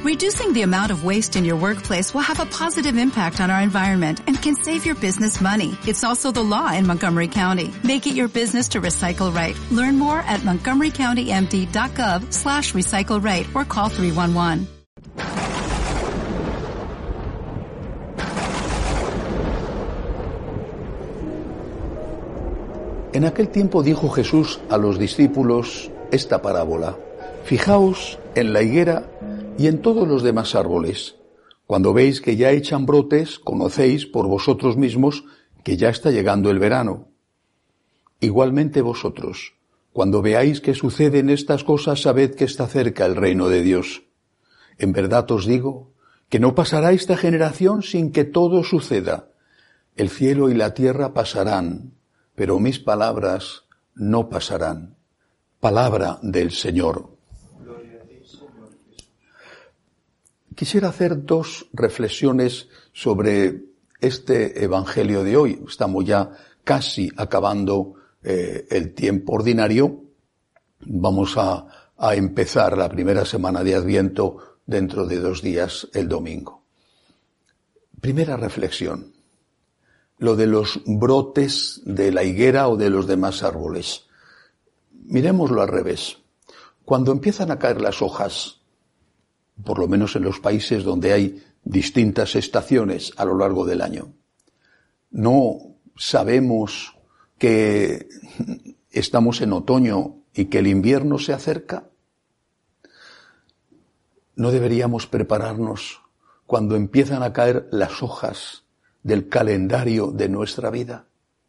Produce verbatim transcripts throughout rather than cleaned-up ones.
Reducing the amount of waste in your workplace will have a positive impact on our environment and can save your business money. It's also the law in Montgomery County. Make it your business to recycle right. Learn more at montgomery county m d dot gov slash recycle right or call three one one. En aquel tiempo dijo Jesús a los discípulos esta parábola: fijaos en la higuera y en todos los demás árboles. Cuando veis que ya echan brotes, conocéis por vosotros mismos que ya está llegando el verano. Igualmente vosotros, cuando veáis que suceden estas cosas, sabed que está cerca el reino de Dios. En verdad os digo que no pasará esta generación sin que todo suceda. El cielo y la tierra pasarán, pero mis palabras no pasarán. Palabra del Señor. Quisiera hacer dos reflexiones sobre este evangelio de hoy. Estamos ya casi acabando eh, el tiempo ordinario. Vamos a, a empezar la primera semana de Adviento dentro de dos días, el domingo. Primera reflexión. Lo de los brotes de la higuera o de los demás árboles. Miremoslo al revés. Cuando empiezan a caer las hojas, por lo menos en los países donde hay distintas estaciones a lo largo del año, no sabemos que estamos en otoño y que el invierno se acerca. ¿No deberíamos prepararnos cuando empiezan a caer las hojas del calendario de nuestra vida?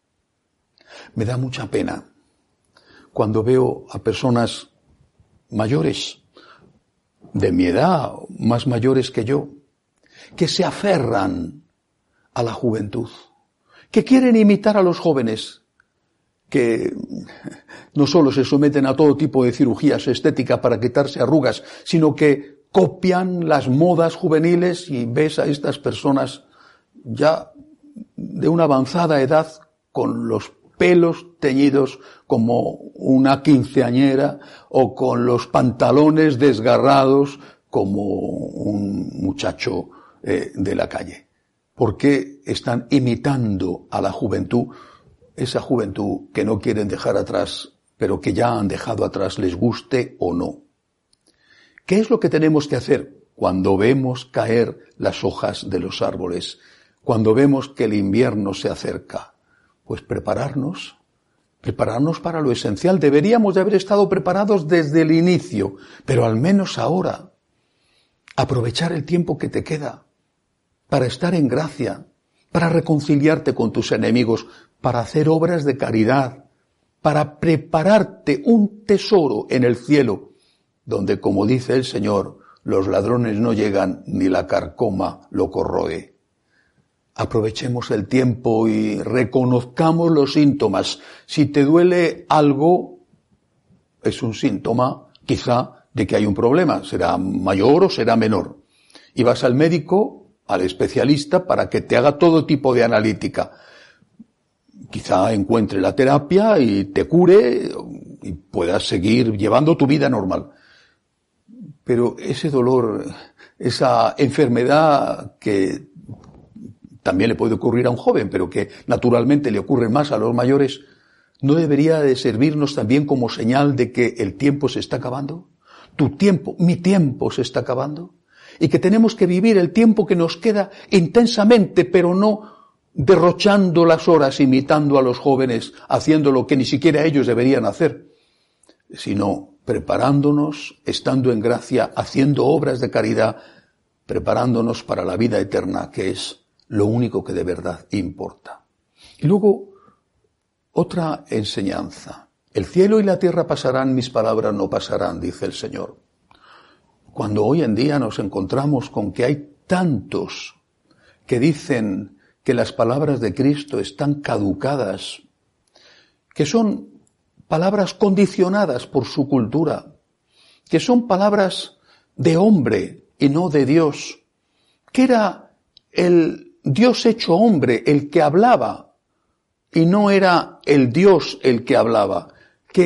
Me da mucha pena cuando veo a personas mayores, de mi edad, más mayores que yo, que se aferran a la juventud, que quieren imitar a los jóvenes, que no solo se someten a todo tipo de cirugías estéticas para quitarse arrugas, sino que copian las modas juveniles, y ves a estas personas ya de una avanzada edad con los pelos teñidos como una quinceañera o con los pantalones desgarrados como un muchacho eh, de la calle. Porque están imitando a la juventud, esa juventud que no quieren dejar atrás, pero que ya han dejado atrás, les guste o no. ¿Qué es lo que tenemos que hacer cuando vemos caer las hojas de los árboles? Cuando vemos que el invierno se acerca, pues prepararnos, prepararnos para lo esencial. Deberíamos de haber estado preparados desde el inicio, pero al menos ahora, aprovechar el tiempo que te queda para estar en gracia, para reconciliarte con tus enemigos, para hacer obras de caridad, para prepararte un tesoro en el cielo, donde, como dice el Señor, los ladrones no llegan ni la carcoma lo corroe. Aprovechemos el tiempo y reconozcamos los síntomas. Si te duele algo, es un síntoma, quizá, de que hay un problema. Será mayor o será menor. Y vas al médico, al especialista, para que te haga todo tipo de analítica. Quizá encuentre la terapia y te cure y puedas seguir llevando tu vida normal. Pero ese dolor, esa enfermedad que también le puede ocurrir a un joven, pero que naturalmente le ocurre más a los mayores, ¿no debería de servirnos también como señal de que el tiempo se está acabando? Tu tiempo, mi tiempo se está acabando. Y que tenemos que vivir el tiempo que nos queda intensamente, pero no derrochando las horas, imitando a los jóvenes, haciendo lo que ni siquiera ellos deberían hacer, sino preparándonos, estando en gracia, haciendo obras de caridad, preparándonos para la vida eterna, que es lo único que de verdad importa. Y luego, otra enseñanza. El cielo y la tierra pasarán, mis palabras no pasarán, dice el Señor. Cuando hoy en día nos encontramos con que hay tantos que dicen que las palabras de Cristo están caducadas, que son palabras condicionadas por su cultura, que son palabras de hombre y no de Dios, que era el Dios hecho hombre el que hablaba y no era el Dios el que hablaba, que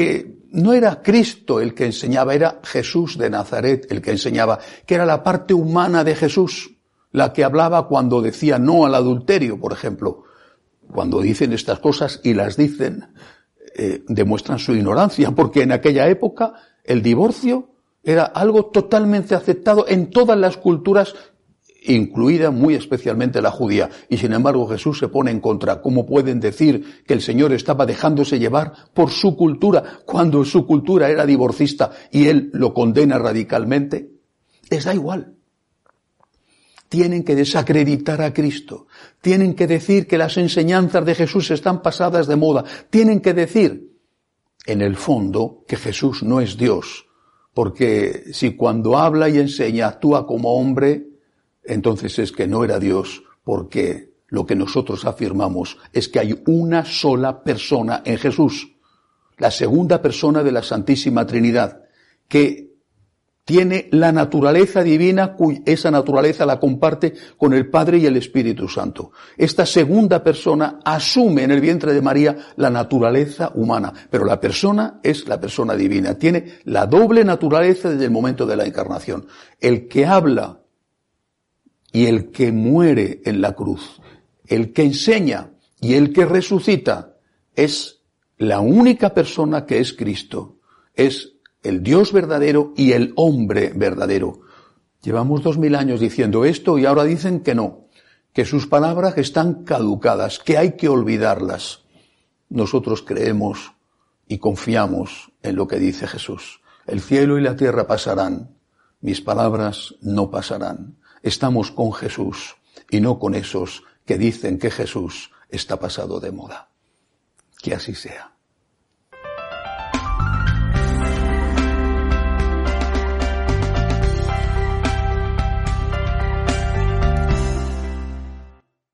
no era Cristo el que enseñaba, era Jesús de Nazaret el que enseñaba, que era la parte humana de Jesús, la que hablaba cuando decía no al adulterio, por ejemplo. Cuando dicen estas cosas y las dicen, eh, demuestran su ignorancia, porque en aquella época el divorcio era algo totalmente aceptado en todas las culturas, incluida muy especialmente la judía. Y sin embargo Jesús se pone en contra. ¿Cómo pueden decir que el Señor estaba dejándose llevar por su cultura cuando su cultura era divorcista y Él lo condena radicalmente? Les da igual. Tienen que desacreditar a Cristo. Tienen que decir que las enseñanzas de Jesús están pasadas de moda. Tienen que decir, en el fondo, que Jesús no es Dios. Porque si cuando habla y enseña actúa como hombre, entonces es que no era Dios, porque lo que nosotros afirmamos es que hay una sola persona en Jesús, la segunda persona de la Santísima Trinidad, que tiene la naturaleza divina, esa naturaleza la comparte con el Padre y el Espíritu Santo. Esta segunda persona asume en el vientre de María la naturaleza humana, pero la persona es la persona divina, tiene la doble naturaleza desde el momento de la encarnación. El que habla y el que muere en la cruz, el que enseña y el que resucita, es la única persona que es Cristo. Es el Dios verdadero y el hombre verdadero. Llevamos dos mil años diciendo esto y ahora dicen que no, que sus palabras están caducadas, que hay que olvidarlas. Nosotros creemos y confiamos en lo que dice Jesús. El cielo y la tierra pasarán, mis palabras no pasarán. Estamos con Jesús y no con esos que dicen que Jesús está pasado de moda. Que así sea.